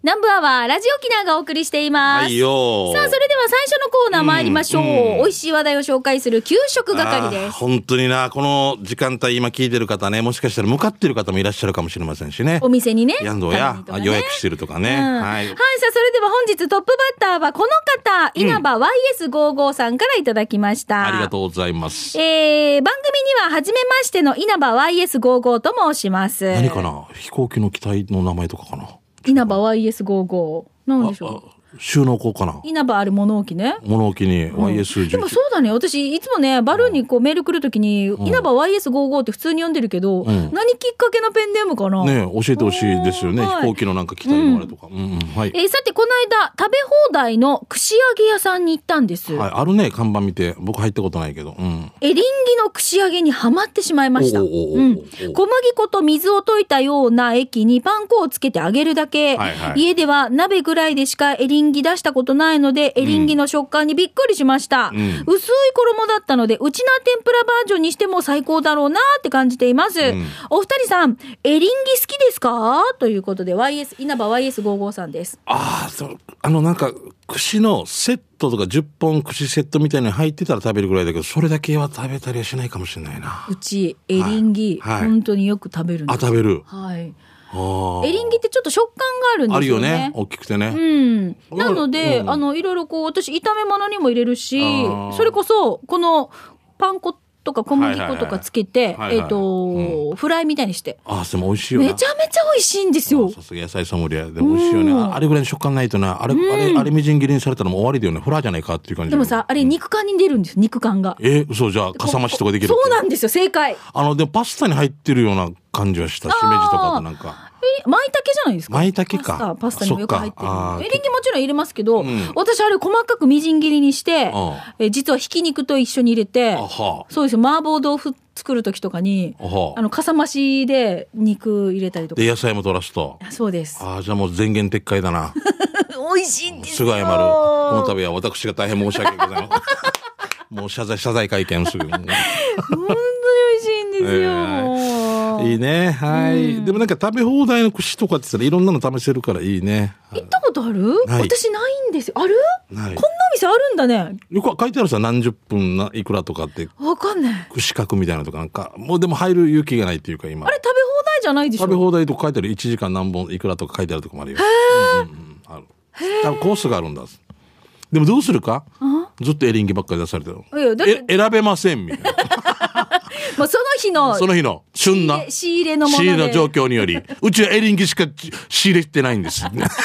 南部アワーラジオ沖縄がお送りしています。 はいよ。 さあ、それでは最初のコーナー参りましょう。美味しい話題を紹介する給食係です。 本当にな、この時間帯今聞いてる方ね、もしかしたら向かってる方もいらっしゃるかもしれませんしね。 お店にね。 やんどうや、 ね、 予約してるとかね。はい。 はい。さあ、それでは本日トップバッターはこの方、稲葉 YS55 さんからいただきました。 ありがとうございます。 番組には初めましての稲葉 YS55 と申します。 何かな、飛行機の機体の名前とかかな。 稲葉 YS55。なんでしょう。 収納庫かな。 稲葉ある物置ね。 物置に YS11、 でもそうだね。私いつもね、バルーンにこうメール来るときに、稲葉 YS55 って普通に読んでるけど、何きっかけのペンネームかな。 ね、教えてほしいですよね。飛行機のなんか機体のあれとか。 はい。さてこの間食べ放題の串揚げ屋さんに行ったんです。 はい。あるね、看板見て。僕入ったことないけど。 エリンギの串揚げにはまってしまいました。小麦粉と水を溶いたような液にパン粉をつけて揚げるだけ。家では鍋ぐらいでしかエリンギ出したことないので、エリンギの食感にびっくりしました。薄い衣だったので、うちな天ぷらバージョンにしても最高だろうなって感じています。お二人さん、エリンギ好きですかということで、稲葉 YS55 さんです。 そう。なんか、串のセットとか10本串セットみたいに入ってたら食べるぐらいだけど、それだけは食べたりはしないかもしれないな。 うち、エリンギ、本当によく食べるんです。 食べる。 はい。エリンギってちょっと食感があるんですよね。 あるよね。大きくてね。 なので、いろいろこう、私、炒め物にも入れるし、それこそ、このパン粉とか小麦粉とかつけて、フライみたいにして。 でも美味しいよな。 めちゃめちゃ美味しいんですよ。 さすが野菜ソムリエで美味しいよね。あれぐらいの食感ないとな、あれみじん切りにされたらもう終わりだよね。フラじゃないかっていう感じ。 でもさ、あれ肉感に出るんですよ、肉感が。 嘘、じゃあ、かさ増しとかできる。 そうなんですよ、正解。 でもパスタに入ってるような感じはした。しめじとかとなんか。 舞茸じゃないですか。 舞茸か。 パスタにもよく入ってる。エリンギもちろん入れますけど、私あれ細かくみじん切りにして、実はひき肉と一緒に入れて、そうですよ、麻婆豆腐作る時とかに、かさ増しで肉入れたりとか。 で、野菜も取らすと。 そうです。 じゃあもう全言撤回だな。 美味しいんですよ。 すぐ謝る。この度は私が大変申し訳ございません。もう謝罪会見すぐ。 本当に美味しいんですよ。 いいね。はい。でもなんか食べ放題の串とかって言ったらいろんなの試せるからいいね。 行ったことある？私ないんですよ。ある？ ない。 こんな店あるんだね。 よく書いてあるさ、何十分いくらとかって。 わかんない。 串角みたいなとかなんか、もうでも入る勇気がないっていうか今。 あれ食べ放題じゃないでしょ？ 食べ放題とか書いてある。1時間何本いくらとか書いてあるとこもあるよ。ある。多分コースがあるんだ。でもどうするか？ずっとエリンギばっかり出されてる。選べませんみたいな。 もうその日の旬な仕入れのもので、 仕入れの状況により、うちはエリンギしか仕入れてないんです。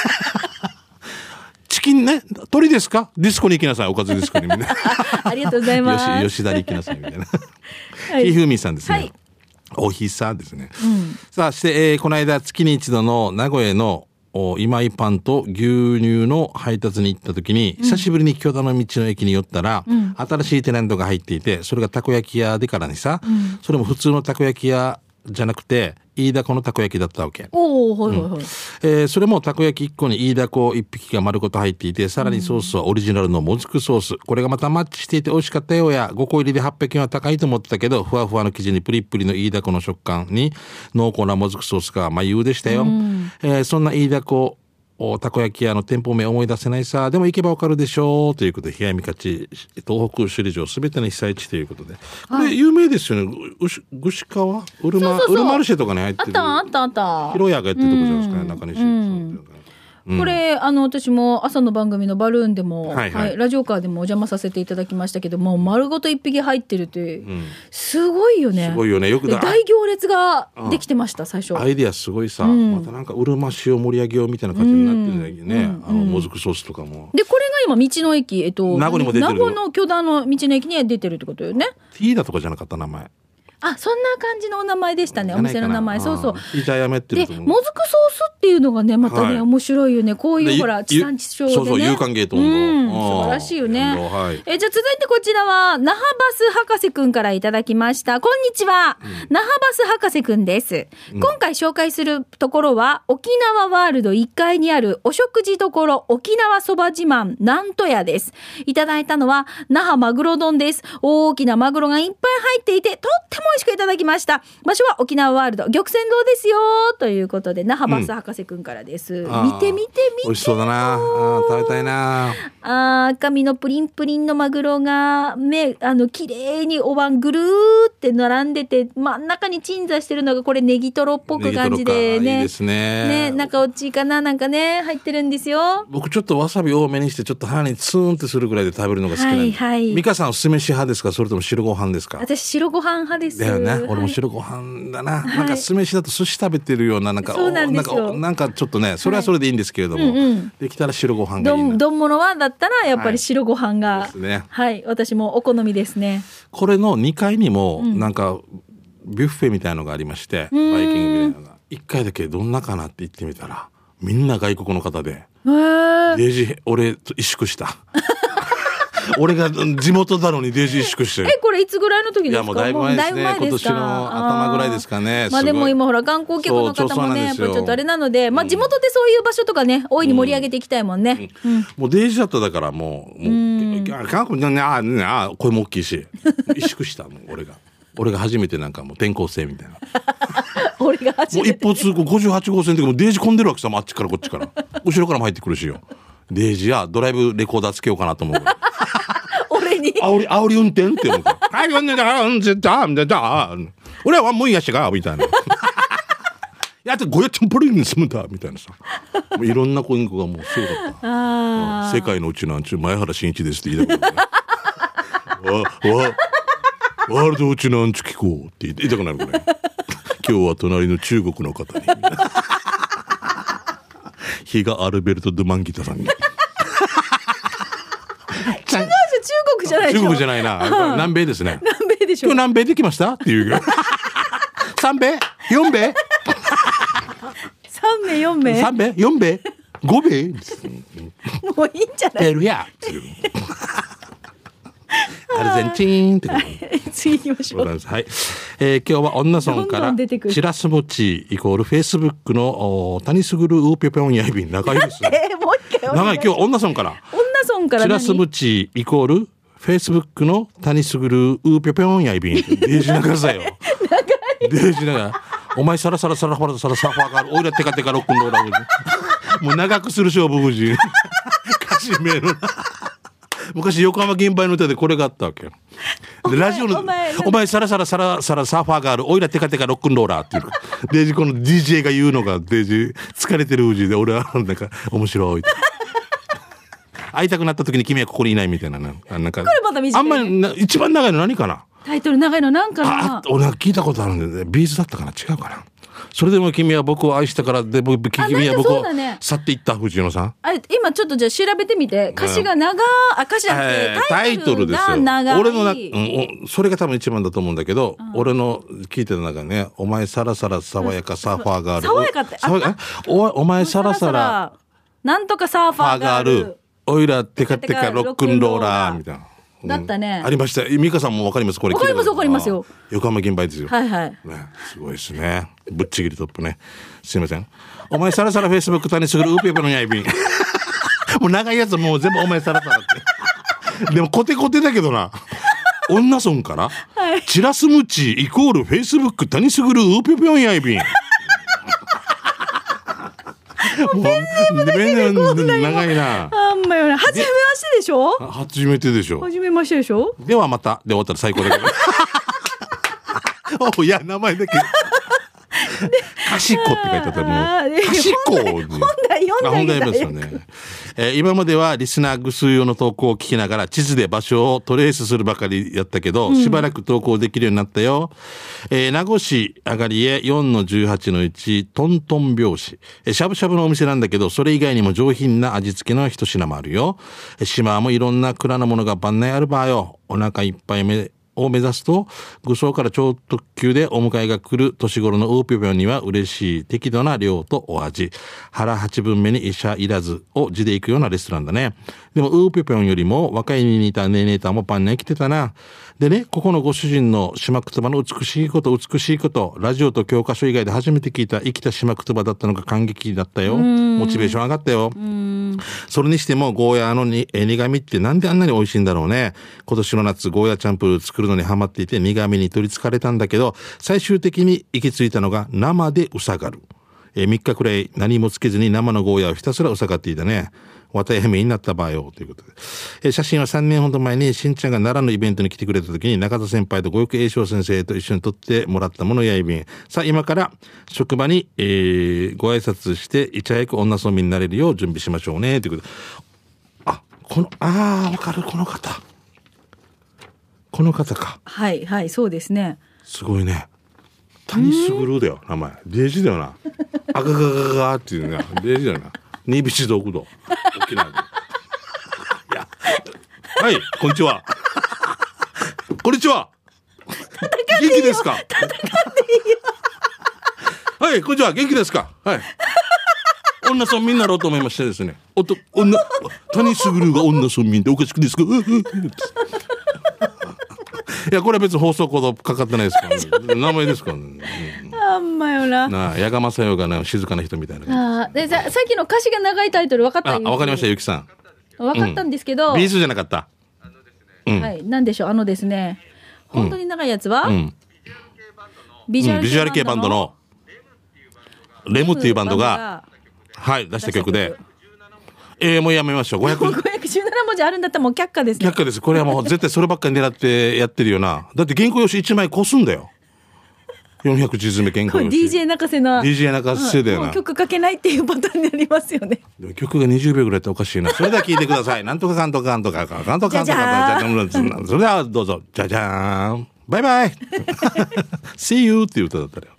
チキンね、鳥ですか？ディスコに行きなさい、おかずディスコにみたいな。 ありがとうございます。 吉田に行きなさいみたいな。ひふみさんですね。おひさですね。さあして、この間月に一度の名古屋の今井パンと牛乳の配達に行った時に、久しぶりに京田の道の駅に寄ったら、新しいテナントが入っていて、それがたこ焼き屋でからにさ、それも普通のたこ焼き屋じゃなくて、飯田子のたこ焼きだったわけ。それもたこ焼き1個に飯田子1匹が丸ごと入っていて、さらにソースはオリジナルのもずくソース。これがまたマッチしていて美味しかったよや、5個入りで800円は高いと思ってたけど、ふわふわの生地にプリップリの飯田子の食感に濃厚なもずくソースが優でしたよ。そんな飯田子たこ焼き屋の店舗名思い出せないさ。でも行けばわかるでしょうということで、冷やみ勝ち東北首里城すべての被災地ということで、これ有名ですよね。串川ウルマルシェとかに入ってる。 あった広屋がやってるとこじゃないですかね、中西。 これ私も朝の番組のバルーンでも、ラジオカーでもお邪魔させていただきましたけども、丸ごと一匹入ってるって、すごいよね。 すごいよね。よく大行列ができてました、最初。 アイディアすごいさ、またなんかうるま市を盛り上げようみたいな感じになってるんだけどね。もずくソースとかも。でこれが今道の駅、 名護にも出てる。 名護の巨大の道の駅には出てるってことよね。 ティーダとかじゃなかった名前。 そんな感じのお名前でしたね、お店の名前。そうそう。 やめてると思う。 でもずくソースっていうのがねまたね、面白いよね。こういうほら地産地消でね。そう有関ゲート素晴らしいよね。じゃあ続いてこちらは那覇バス博士くんからいただきました。こんにちは、那覇バス博士くんです。今回紹介するところは沖縄ワールド1階にあるお食事処沖縄そば自慢なんと屋です。いただいたのは那覇マグロ丼です。大きなマグロがいっぱい入っていてとっても美味しくいただきました。場所は沖縄ワールド玉泉堂ですよということで、那覇バス博士くんからです、見て美味しそうだな。食べたいな。 赤身のプリンプリンのマグロが綺麗にお椀ぐるーって並んでて、真ん中に鎮座してるのがこれネギトロっぽく感じでね。 いいですね。 中落ちかな、なんかね入ってるんですよ。 僕ちょっとわさび多めにしてちょっと歯にツーンってするぐらいで食べるのが好きなんで、はい、美香さん酢飯派ですか、それとも白ご飯ですか？ 私白ご飯派です。 だよね、俺も白ご飯だな、なんか酢飯だと寿司食べてるような、なんかそうなんですよ。なんかちょっとね、それはそれでいいんですけれども、できたら白ご飯がいいな。 丼物はだったらやっぱり白ご飯が、ですね、はい、私もお好みですね。 これの2階にもなんかビュッフェみたいのがありまして、バイキングみたいなのが1回だけどんなかなって言ってみたら、みんな外国の方で、デージ俺と萎縮した俺が地元だのにデージ萎縮して。 これいつぐらいの時ですか？いやもうだいぶ前ですね。今年の頭ぐらいですかね。 まあでも今ほら観光客の方もね、やっぱちょっとあれなので、まあ地元でそういう場所とかね、大いに盛り上げていきたいもんね。 もうデージだっただからもう韓国ね、声も大きいし萎縮したもん俺が初めてなんかもう転校生みたいな俺が初めてもう一方通行58号線の時もデージ混んでるわけさ、あっちからこっちから後ろからも入ってくるしよ。デージやドライブレコーダーつけようかなと思う俺に煽り運転って思うからはい俺はもういやしがみたいなやってゴヤチャンポリンに住むんだみたいなさ、もういろんな子がもうすごかった世界のうちなんちゅう前原真一ですって言いたくなるワールドうちなんちゅ聞こうって言いたくなるぐらい今日は隣の中国の方に比嘉アルベルト・ドゥマンギタさんに違う中国じゃないでしょ。 中国じゃないな、南米ですね。 南米でしょ。 今日南米できましたっていう3米4米 3名4名 3米4米5米もういいんじゃない？ ペルヤっていうアルゼンチンって次行きましょう。 はい、今日は女村からチラスモチイコールフェイスブックの谷すぐるウーピョピョンやいびん長いですねもう一回長い。今日は女村からチラスモチイコールフェイスブックの谷すぐるウーピョピョンやいびんデージ長さよデージ長い。お前サラサラサラサラサラサファーがあるおいらテカテカロックンローラーもう長くする勝負夫人歌詞名の昔横浜銀杯の歌でこれがあったわけよ。でラジオのお前サラサラサラサラサーファーがあるおいらテカテカロックンローラーっていうデージこの DJ が言うのがデージ疲れてるうじで俺はなんか面白い会いたくなった時に君はここにいないみたいななんかこれまた短い。 あんまり一番長いの何かな。 タイトル長いのなんかな。 俺は聞いたことあるんで、ね、ビーズだったかな違うかな。それでも君は僕を愛したからで君は僕を去っていった藤野さん。 今ちょっとじゃあ調べてみて歌詞が歌詞じゃなくてタイトルですよ。 長い俺のそれが多分一番だと思うんだけど、俺の聞いてる中ね、お前サラサラ爽やかサーファーがある。 爽やかってお前サラサラなんとかサーファーがある。 おいらテカテカロックンローラーみたいな。 だったね。 ありました。美香さんもわかります。これわかりますよ。 横浜銀杯ですよ。 はいはい。 ね、すごいですね。ぶっちぎりトップね。すいません。お前サラサラフェイスブック谷すぐるウーピープのやいびん。もう長いやつもう全部お前サラサラって。でもコテコテだけどな。女村から、はい、チラスムチイコールフェイスブック谷すぐるウーピープのやいびん。 もうペンネームだけでこんなに長いな。 あんまよね。初めましてでしょ。 初めてでしょ。 初めましてでしょ。 ではまたで終わったら最高だけど。いや名前だけ。かしこって書いてあったらもうかしこ。本題ですよね。今まではリスナー偶数用の投稿を聞きながら地図で場所をトレースするばかりやったけど、しばらく投稿できるようになったよ。名護市あがりへ 4-18-1 トントン拍子。しゃぶしゃぶのお店なんだけど、それ以外にも上品な味付けの一品もあるよ。島もいろんな蔵のものが万内ある場合よ。お腹いっぱいを目指すと、愚僧から超特急でお迎えが来る年頃のウーピョピョンには嬉しい適度な量とお味。腹八分目に医者いらずを地で行くようなレストランだね。でもウーピョピョンよりも若いに似たネーネーターもパンに来てたな。でね、ここのご主人の島言葉の美しいこと、ラジオと教科書以外で初めて聞いた生きた島言葉だったのが感激だったよ。モチベーション上がったよ。 それにしてもゴーヤーの苦味ってなんであんなに美味しいんだろうね。今年の夏ゴーヤーチャンプルー作るのにハマっていて苦味に取りつかれたんだけど、最終的に行き着いたのが生でうさがる。3日くらい何もつけずに生のゴーヤーをひたすらうさがっていたね。わたやめになった場合よということで、写真は3年ほど前にしんちゃんが奈良のイベントに来てくれた時に中田先輩と五翼栄翔先生と一緒に撮ってもらったものやいびん。さあ今から職場に、ご挨拶していち早く女村民になれるよう準備しましょうねということで、わかる、この方か。 はいはい、そうですね。 すごいね。谷卓だよ、名前。デジだよな。あががががっていうね。デジだよな。新淵道具道。沖縄で。いや。はい、こんにちは。こんにちは。元気ですか。 戦っていいよ。 はい、こんにちは。元気ですか。はい。女村民になろうと思いましてですね。谷卓が女村民っておかしくですか。いや、これは別に放送コードかかってないですから、ね、名前ですからね。 あんまよな。 矢賀正代がね、静かな人みたいな。 でさっきの歌詞が長いタイトル分かった。 分かりました、ゆきさん。 分かったんですけど。 ビーズじゃなかった。 はい、なんでしょう、ですね。本当に長いやつは。ビジュアル系バンドの。 レムっていうバンドが。はい、出した曲で。もうやめましょう。517 文字あるんだったらもう却下ですね。 却下です。これはもう絶対そればっかり狙ってやってるよな。だって原稿用紙1枚越すんだよ。400字詰め原稿用紙。 DJ 泣かせな。 DJ 泣かせだよな。 もう曲かけないっていうパターンになりますよね。 曲が20秒ぐらいっておかしいな。それでは聞いてください。なんとかかんとかかんとかかんとかかんとか。それではどうぞ。じゃじゃーん。バイバイ。See you っていう歌だったよ。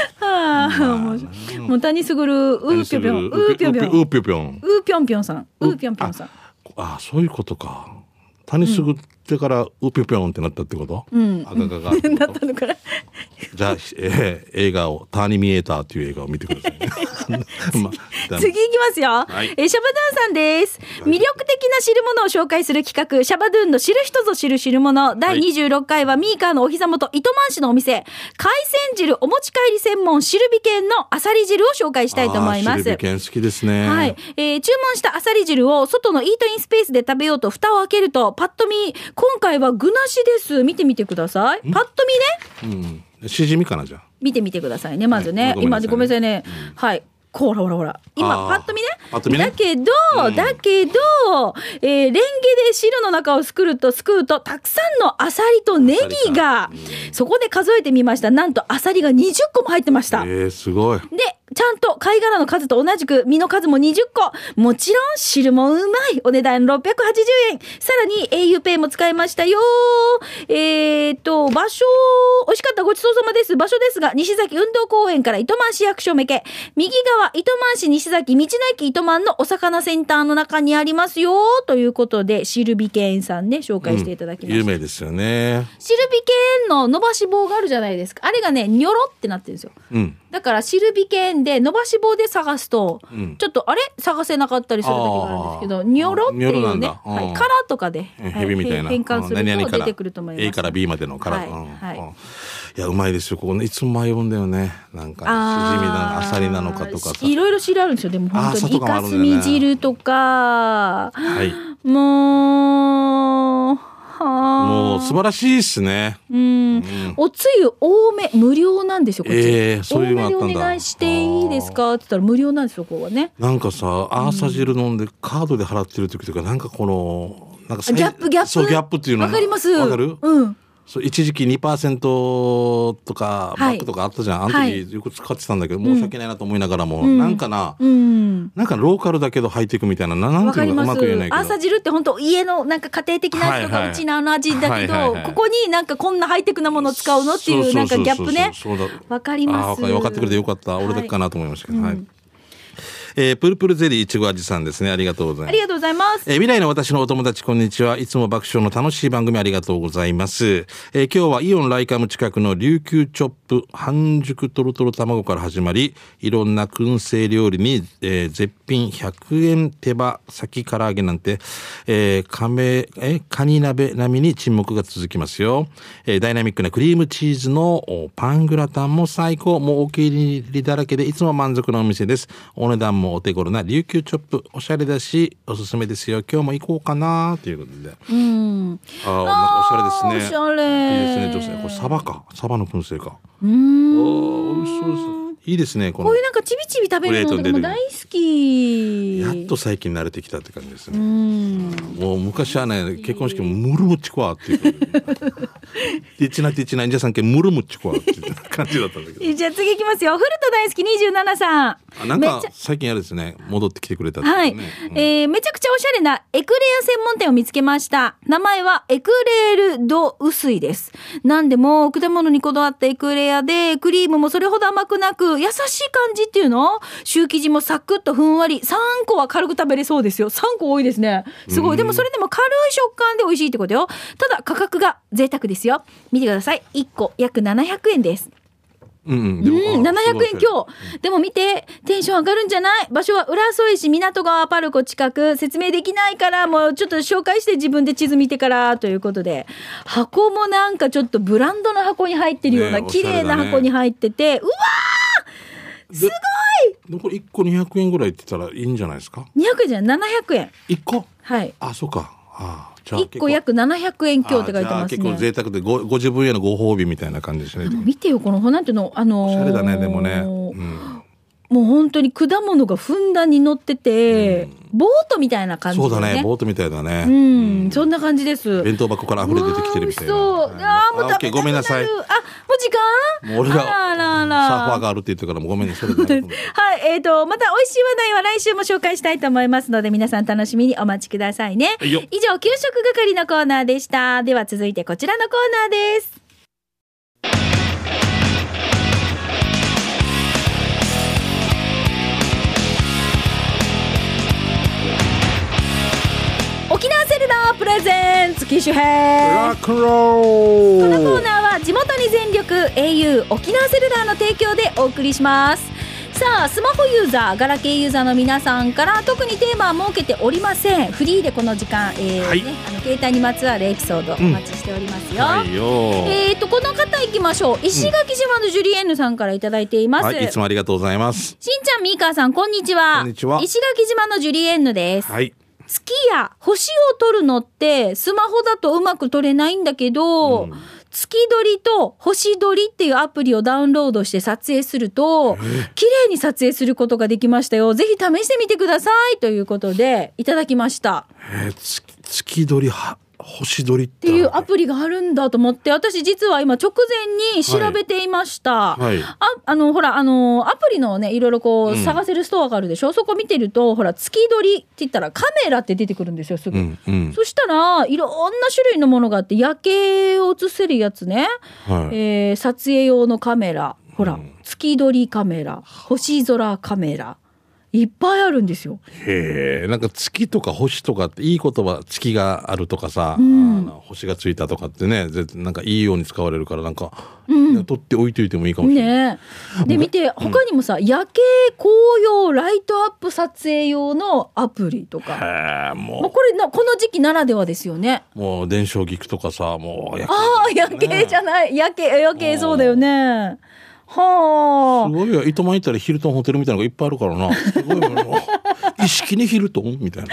もう谷卓うーぴょぴょんうーぴょぴょんうーぴょぴょんうーぴょんぴょんさんうーぴょんぴょんさん。 そういうことか。谷卓ってからうーぴょぴょんってなったってこと。 あがががなったのから。 じゃあ、映画をターニミエーターっていう映画を見てください、ね。 次いきますよ。シャバドゥンさんです。魅力的な知るものを紹介する企画、シャバドゥンの知る人ぞ知る知るもの。第26回はミーカーのお膝元糸満市のお店、海鮮汁お持ち帰り専門汁美犬のあさり汁を紹介したいと思います。 汁美犬好きですね。 はい。注文したあさり汁を外のイートインスペースで食べようと蓋を開けると、パッと見、今回は具なしです。見てみてください。パッと見ね。 しじみかな、じゃあ。 見てみてくださいね、まずね。今、ごめんなさいね。はい。ほら。今、パッと見ね。だけど、レンゲで汁の中をすくうと、たくさんのアサリとネギが、そこで数えてみました。なんと、アサリが20個も入ってました。 すごい。 で、ちゃんと貝殻の数と同じく身の数も20個。もちろん汁もうまい。お値段680円。さらに auPay も使いましたよ。場所、美味しかったごちそうさまです。場所ですが、西崎運動公園から糸満市役所向け。右側、糸満市西崎道の駅糸満のお魚センターの中にありますよ。ということで、汁美犬さんね、紹介していただきました。 有名ですよね。 汁美犬の伸ばし棒があるじゃないですか。あれがね、ニョロってなってるんですよ。だから汁美犬で伸ばし棒で探すと、ちょっと探せなかったりする時があるんですけど、ニョロっていうね、カラとかで蛇みたいな変換すると出てくると思います。 A から B までのカラ。いや、うまいですよ。ここね、いつも迷うんだよね。なんかしじみなの、あさりなのかとかさ。 いろいろ汁あるんですよ。でも本当にイカスミ汁とか、もう素晴らしいですね。 おつゆ多め無料なんですよ、こっち。 そういうのあったんだ。 多めでお願いしていいですかって言ったら無料なんですよ、ここはね。 なんかさ、アーサ汁飲んでカードで払ってる時とか、なんかこのなんかギャップそうギャップっていうのわかります。 わかる？そう一時期 2% とかバックとかあったじゃん、あの時よく使ってたんだけど、申し訳ないなと思いながらも、なんかな、なんかローカルだけどハイテクみたいな、なんていうのかうまく言えないけど、 朝汁って本当家のなんか家庭的なやつとかうちの味だけど、ここになんかこんなハイテクなものを使うのっていうなんかギャップね、わかります。 分かってくれてよかった、俺だけかなと思いましたけど、プルプルゼリーいちご味さんですね。ありがとうございます。 ありがとうございます。 未来の私のお友達こんにちは。いつも爆笑の楽しい番組ありがとうございます。今日はイオンライカム近くの琉球チョップ半熟トロトロ卵から始まり、いろんな燻製料理に、絶品100円手羽先唐揚げなんて、カニ鍋並みに沈黙が続きますよ。ダイナミックなクリームチーズのパングラタンも最高。もうお気に入りだらけでいつも満足なお店です。お値段ももお手頃な琉球チョップ、おしゃれだしおすすめですよ。今日も行こうかなということで、おしゃれですね。 おしゃれ。 いいですね女性。これサバか、サバの燻製か。美味しそうです。いいですね。 こういうなんかちびちび食べるのとかも大好き。 やっと最近慣れてきたって感じですね。もう昔はね、結婚式もムルムチコアっていうティチナティチナインジャさんけムルムチコアっていう感じだったんだけど。 じゃあ次いきますよ。古田大好き27さん。 なんか最近あれですね、戻ってきてくれたって、ね。 はい、めちゃくちゃおしゃれなエクレア専門店を見つけました。名前はエクレールド薄いです。なんでも果物にこだわったエクレアで、クリームもそれほど甘くなく優しい感じっていうの。シュー生地もサクッとふんわり、3個は軽く食べれそうですよ。3個多いですね。すごい。でもそれでも軽い食感で美味しいってことよ。ただ価格が贅沢ですよ。見てください。1個約700円です。700円今日。でも見て、テンション上がるんじゃない？場所は浦添市港川パルコ近く。説明できないから、もうちょっと紹介して自分で地図見てからということで、箱もなんかちょっとブランドの箱に入ってるような、綺麗な箱に入ってて、うわーすごい。 これ1個200円ぐらいって言ったらいいんじゃないですか。 200円じゃない、700円。 1個？ はい。 あ、そうか。 1個約700円今日って書いてますね。 結構贅沢でご自分へのご褒美みたいな感じですね。 見てよこのなんていうの、 おしゃれだね。でもね、 もう本当に果物がふんだんに乗ってて、ボートみたいな感じ、 そうだね、ボートみたいだね。 そんな感じです。 弁当箱から溢れ出てきてるみたいな。 そう。もう食べごめんなさい。 もう時間？ もう俺がサーファーがあるって言ってからもうごめんね。それではい。 また美味しい話題は来週も紹介したいと思いますので、皆さん楽しみにお待ちくださいね。以上、給食係のコーナーでした。では続いてこちらのコーナーです。沖縄セルラープレゼンツ機種編ロックンロール。 このコーナーは地元に全力 au 沖縄セルラーの提供でお送りします。さあ、スマホユーザー、ガラケーユーザーの皆さんから特にテーマは設けておりません。フリーでこの時間、携帯にまつわるエピソードお待ちしておりますよ。この方いきましょう。石垣島のジュリエンヌさんからいただいています。 いつもありがとうございます。 しんちゃん、みーかーさん、こんにちは。 こんにちは。 石垣島のジュリエンヌです。月や星を撮るのってスマホだとうまく撮れないんだけど、月撮りと星撮りっていうアプリをダウンロードして撮影すると綺麗に撮影することができましたよ。ぜひ試してみてくださいということでいただきました。 月撮り星撮りっていうアプリがあるんだと思って、私実は今直前に調べていました。ほらアプリのね、いろいろこう探せるストアがあるでしょ。そこ見てるとほら月撮りって言ったらカメラって出てくるんですよ、すぐ。そしたらいろんな種類のものがあって、夜景を映せるやつね、撮影用のカメラ、ほら月撮りカメラ、星空カメラ、いっぱいあるんですよ。 へえ、なんか月とか星とかっていい言葉、月があるとかさ、星がついたとかってね、なんかいいように使われるから、なんか、取っておいておいてもいいかもしれない。 で見て、他にもさ、夜景紅葉ライトアップ撮影用のアプリとか、もうこれこの時期ならではですよね。 もう電照菊とかさ、もう夜景じゃない、夜景そうだよね。はあ、 すごいよ。糸満行ったらヒルトンホテルみたいなのがいっぱいあるからな。すごいよ。意識にヒルトンみたいな。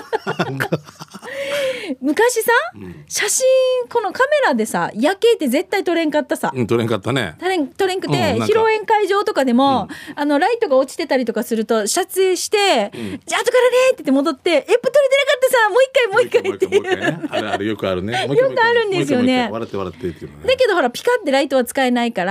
昔さ、写真このカメラでさ、夜景って絶対撮れんかったさ。 撮れんかったね。 撮れんくて、披露宴会場とかでも、ライトが落ちてたりとかすると撮影して、じゃあ後からねって言って戻って、撮れてなかったさ、もう一回っていう。 あれよくあるね。 よくあるんですよね。 笑ってっていうのね。 だけどほらピカってライトは使えないから。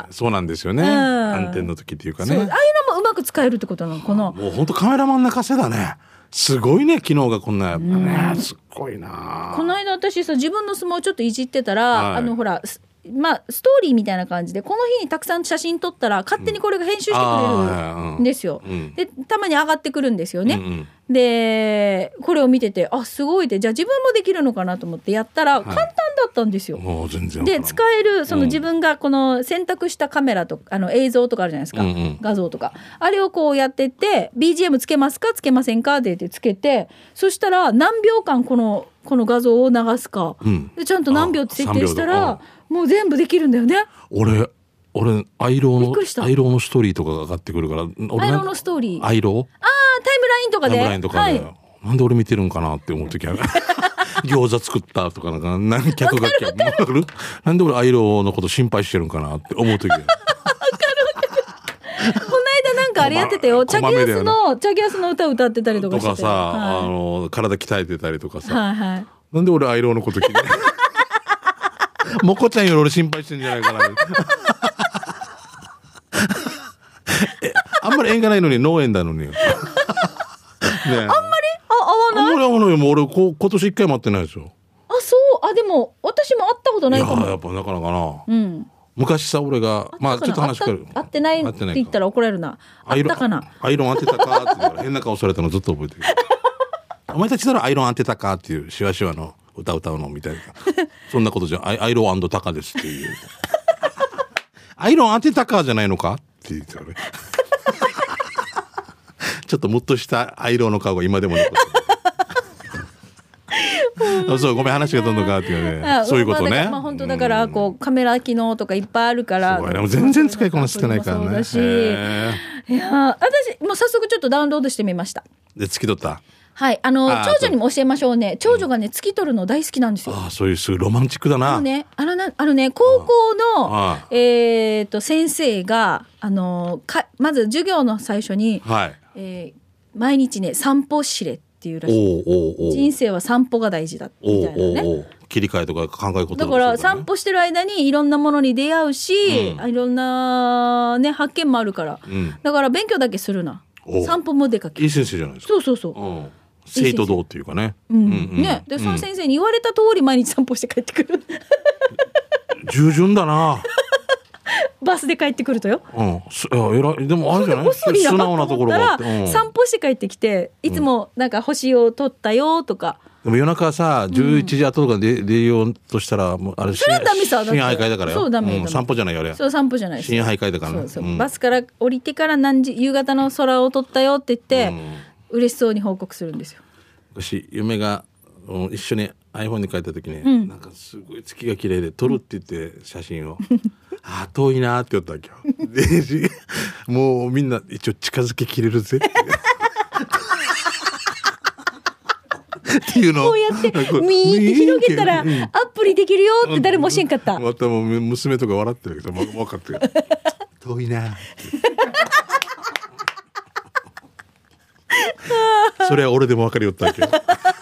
そうなんですよね。暗転の時っていうかね。ああいうのもうまく使えるってことなのかな。 もう本当カメラマン泣かせだね。すごいね、機能がこんなやっぱね、すっごいな。 この間私さ、自分のスマホちょっといじってたら、ほらストーリーみたいな感じでこの日にたくさん写真撮ったら勝手にこれが編集してくれるんですよ。でたまに上がってくるんですよね。でこれを見てて、すごいで、じゃあ自分もできるのかなと思ってやったら簡単だったんですよ。 全然で使えるその自分がこの選択したカメラと映像とかあるじゃないですか、画像とかあれをこうやってって BGM つけますかつけませんかでつけて、そしたら何秒間この画像を流すか、でちゃんと何秒って設定したらもう全部できるんだよね。 俺俺アイローのストーリーとかが上がってくるから、 アイローのストーリー、 アイロー、 タイムラインとかで、 なんで俺見てるんかなって思う時ある。餃子作ったとか何客がなんで俺アイローのこと心配してるんかなって思う時ある。 この間なんかあれやってたよ。チャギアスの歌歌ってたりとかしてとかさ、はい、体鍛えてたりとかさ、 はいはい、 なんで俺アイローのこと聞いてもこちゃんより俺心配してんじゃないかな。あんまり縁がないのに農園なのに。ね、 あんまり合わない。 あんまり合わないよ。もう俺今年1回も会ってないですよ。 あ、そう。あ、でも私も会ったことないかも。 いや、やっぱなかなかな。 うん。 昔さ、俺がまあちょっと話変わる。 会ってないって言ったら怒られるな。会ったかな。 アイロン当てたかって言ったら変な顔されたのずっと覚えてる。お前たちならアイロン当てたかっていうシワシワの歌うのみたいな。そんなことじゃん。アイロンタカですっていう。アイロン当てたかじゃないのかって言ってたね。ちょっとムッとしたアイロンの顔が今でも残ってる。そう、ごめん、話がどんどん変わってるね。そういうことね。 まあ本当だからこうカメラ機能とかいっぱいあるから。 でも全然使いこなせてないからね。 いや、私もう早速ちょっとダウンロードしてみました。 で、突き取った。 はい、長女にも教えましょうね。長女がね、突き取るの大好きなんですよ。 ああ、そういうすごいロマンチックだな。 ね、高校の先生がまず授業の最初に、はい、毎日ね散歩しれっていうらしい。人生は散歩が大事だみたいなね。 切り替えとか考え事だから散歩してる間にいろんなものに出会うし、いろんなね発見もあるから、だから勉強だけするな。散歩も出かけ。 いい先生じゃないですか。 そう。 生徒道っていうかね。 ね、でその先生に言われた通り毎日散歩して帰ってくる。 従順だな。 バスで帰ってくるとよ。 偉い。でもあれじゃない？素直なところがあって。 散歩して帰ってきて、いつもなんか星を取ったよとか。 でも夜中さ11時後とかで出ようとしたらもうあれそれはダメさ。 深夜徘徊だからよ。 そうダメ。 散歩じゃないよあれ。 そう散歩じゃない。 深夜徘徊だからね。 そうバスから降りてから夕方の空を撮ったよって言って。嬉しそうに報告するんですよ。 私嫁が一緒に iPhone に書いた時に、なんかすごい月が綺麗で撮るって言って写真をあ遠いなって言ったわけよ。でもうみんな一応近づけきれるぜっていうのをこうやってミーって広げたらアップにできるよって誰も教えんかった。 またもう娘とか笑ってるけど分かってる。遠いなってそれは俺でも分かるよったわけよ。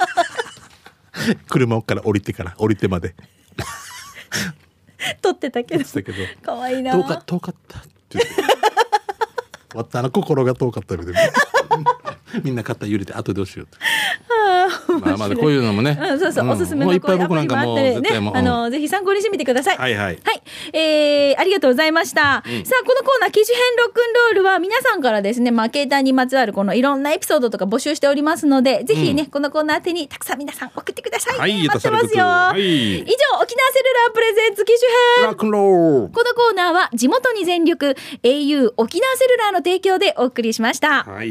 車から降りてまで撮ってたけどかわいいな。 遠かったって言ってわった心が遠かったみたいな。みんな肩揺れて後でどうしようって。まあこういうのもね、 そうそう、おすすめのいっぱい僕なんかもね、ぜひ参考にしてみてください。 はいはい、 ありがとうございました。さあこのコーナー機種編ロックンロールは皆さんからですね、携帯にまつわるこのいろんなエピソードとか募集しておりますので、ぜひね、このコーナー宛てにたくさん皆さん送ってください。待ってますよ。以上沖縄セルラープレゼンツ機種編ロックンロール。 このコーナーは地元に全力 au 沖縄セルラーの提供でお送りしました。 はい。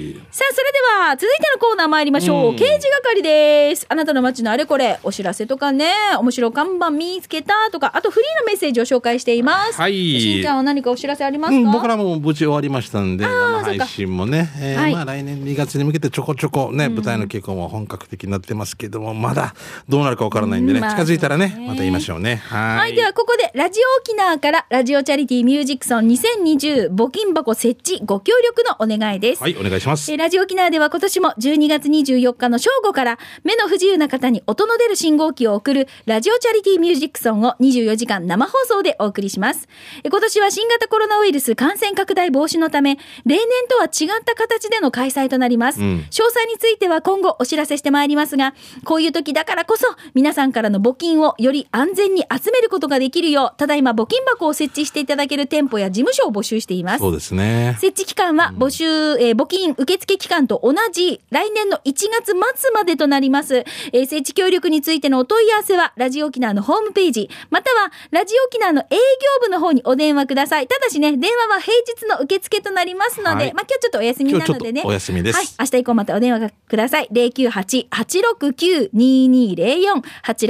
さあそれでは続いてのコーナー参りましょう。刑事係です。あなたの街のあれこれお知らせとかね、面白看板見つけたとか、あとフリーのメッセージを紹介しています。はい。しんちゃんは何かお知らせありますか？ 僕らも無事終わりましたんで、生配信もね、来年2月に向けてちょこちょこね、舞台の稽古も本格的になってますけども、まだどうなるかわからないんでね、近づいたらねまた言いましょうね。 はい。ではここでラジオ沖縄からラジオチャリティーミュージックソン2020募金箱設置ご協力のお願いです。 はい、お願いします。 ラジオ沖縄では今年も12月24日の正午から目の不自由な方に音の出る信号機を送るラジオチャリティーミュージックソンを24時間生放送でお送りします。今年は新型コロナウイルス感染拡大防止のため例年とは違った形での開催となります。詳細については今後お知らせしてまいりますが、こういう時だからこそ皆さんからの募金をより安全に集めることができるよう、ただいま募金箱を設置していただける店舗や事務所を募集しています。 そうですね。 設置期間は募金受付期間と同じ来年の1月末までとなります。設置協力についてのお問い合わせはラジオ沖縄のホームページまたはラジオ沖縄の営業部の方にお電話ください。ただしね、電話は平日の受付となりますので、はい、今日ちょっとお休みなのでね、 お休みです。 はい、明日以降またお電話ください。098-869-2204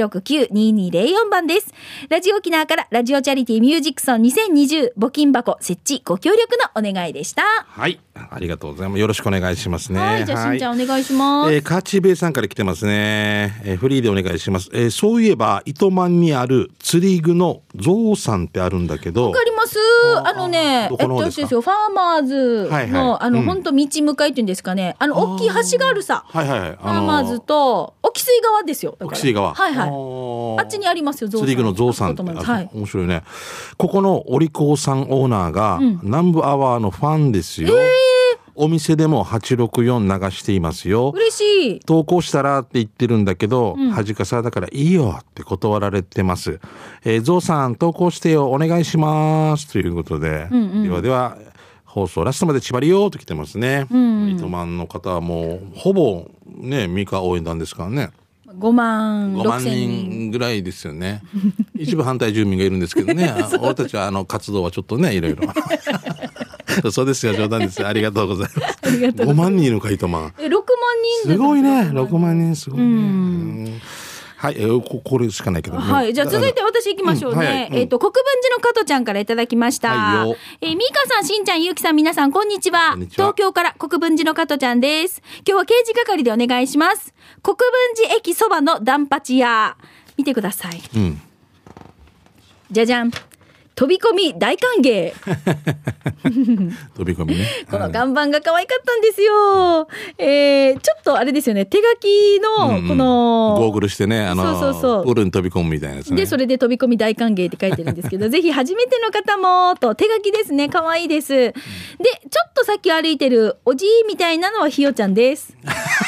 869-2204番です。ラジオ沖縄からラジオチャリティミュージックソン2020募金箱設置ご協力のお願いでした。 はい、ありがとうございます。よろしくお願いしますね。 はい、じゃあしんちゃんお願いします。 カーチベイさんから来てますね。フリーでお願いします。そういえば糸満にある釣り具のゾウさんってあるんだけど、 わかります。どこの方ですか？ファーマーズの、本当道向かいっていうんですかね、大きい橋があるさ、ファーマーズと沖水川ですよ。 沖水川、 はいはい、あっちにありますよ、ゾウさん。 釣り具のゾウさんって、はい、面白いね。ここのお利口さんオーナーが、南部アワーのファンですよ。お店でも864流していますよ。 嬉しい。 投稿したらって言ってるんだけど、恥かさだからいいよって断られてます。ゾウさん投稿してよお願いしますということで、では放送ラストまで縛りよと来てますね。糸満の方はもうほぼね三河応援団ですからね。 5万人ぐらいですよね。一部反対住民がいるんですけどね。俺たちは活動はちょっとねいろいろ。そうですよ、冗談です。ありがとうございます。5万人いるか糸満。 6万人すごいね。6万人すごいね。はい、これしかないけど、ね。 はい、じゃあ続いて私行きましょうね。国分寺の加トちゃんからいただきました。はい、ミカさん、しんちゃん、ゆうきさん、皆さんこんにちは。東京から国分寺の加トちゃんです。今日は刑事係でお願いします。国分寺駅そばのダンパチ屋、見てください。じゃじゃん。飛び込み大歓迎。 飛び込みね。 この看板が可愛かったんですよ。ちょっとあれですよね。手書きのこの、 ゴーグルしてね、そうプールに飛び込むみたいなやつね。 でそれで飛び込み大歓迎って書いてるんですけど、ぜひ初めての方もと手書きですね。可愛いです。でちょっとさっき歩いてるおじいみたいなのはひよちゃんです。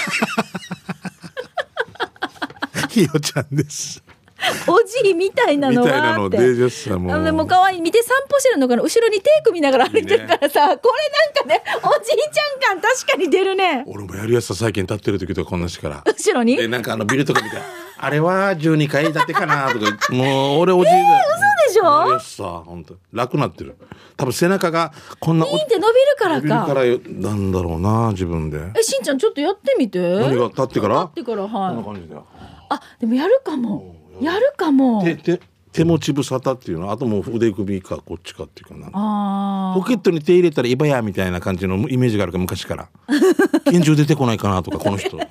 ひよちゃんです。 おじいみたいなのはってでも可愛い。見て散歩してるのかな、後ろに手組みながら歩いてるからさ、これなんかねおじいちゃん感確かに出るね。 俺もやるやつさ、最近立ってる時とかこんなしから後ろにでなんかビルとか見てあれは12階建てかなとかもう俺おじいだよ、 嘘でしょ。 よしさ、本当楽なってる。多分背中がこんなピーって伸びるからかなんだろうな、自分で。 しんちゃんちょっとやってみて。 何が立ってから、 はい、 こんな感じだよ。 あ、でもやるかも。 手持ちぶさたっていうの、あともう腕首かこっちかっていうかな、ポケットに手入れたらイバヤみたいな感じのイメージがあるから昔から拳銃出てこないかなとかこの人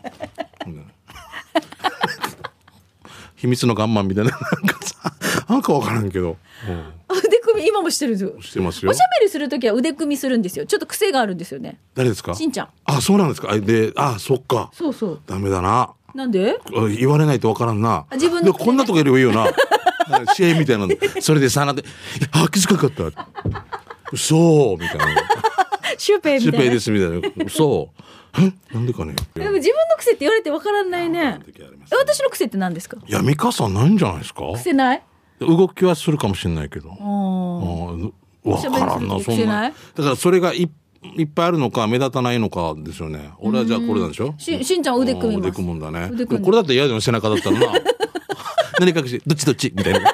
秘密のガンマンみたいな、なんかさ、なんか分からんけど、 腕組み今もしてるんですよ。 してますよ。 おしゃべりするときは腕組みするんですよ。ちょっと癖があるんですよね。 誰ですか？ しんちゃん。 あ、そうなんですか。で、そっか。 そうそう。 ダメだな。 なんで？ 言われないとわからんな。 自分で、 こんなとこいればいいよな。試合みたいなの。それでさ、なんで、気づかなかった。そうみたいな。 シュウペイみたいな。 シュウペイですみたいな。そう。なんでかね。 でも自分の癖って言われてわからないね。私の癖って何ですか？ いや、美香さんないんじゃないですか？癖ない？ 動きはするかもしれないけど。わからんな、そんな。だからそれがいっぱいあるのか目立たないのかですよね。俺はじゃあこれなんでしょ。 しんちゃん腕組みます。 腕組むんだね。これだって嫌だよ、背中だったらな。何隠しどっちみたいな。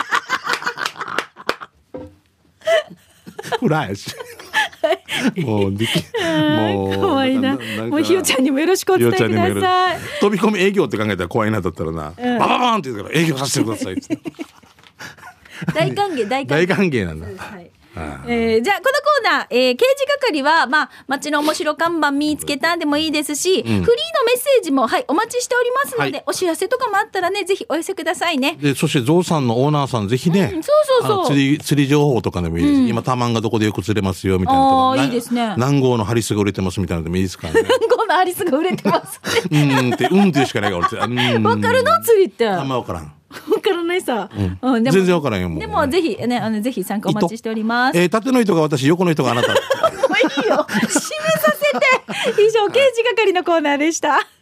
フラッシュ。もう可愛いな。もうひよちゃんにもよろしくお伝えください。 飛び込み営業って考えたら怖いなだったらな。バババーンって言うから営業させてください。 大歓迎大歓迎なんだ。 はい。じゃあこのコーナー、刑事係は、街の面白看板見つけたでもいいですし、フリーのメッセージも、お待ちしておりますので、お知らせとかもあったらね、ぜひお寄せくださいね。 で、そしてゾウさんのオーナーさんぜひね、釣り情報とかでもいいです。今タマンがどこでよく釣れますよみたいなとか、 いいですね。 南郷のハリスが売れてますみたいなのでもいいですからね。 南郷のハリスが売れてますっていうしかないから俺。 わかるの釣りって。 あんまわからん。 わからないさ、 全然わからんよ。もうでもぜひね、ぜひ参加お待ちしております。 縦の人が私、横の人があなた。 もういいよ、締めさせて。以上、刑事係のコーナーでした。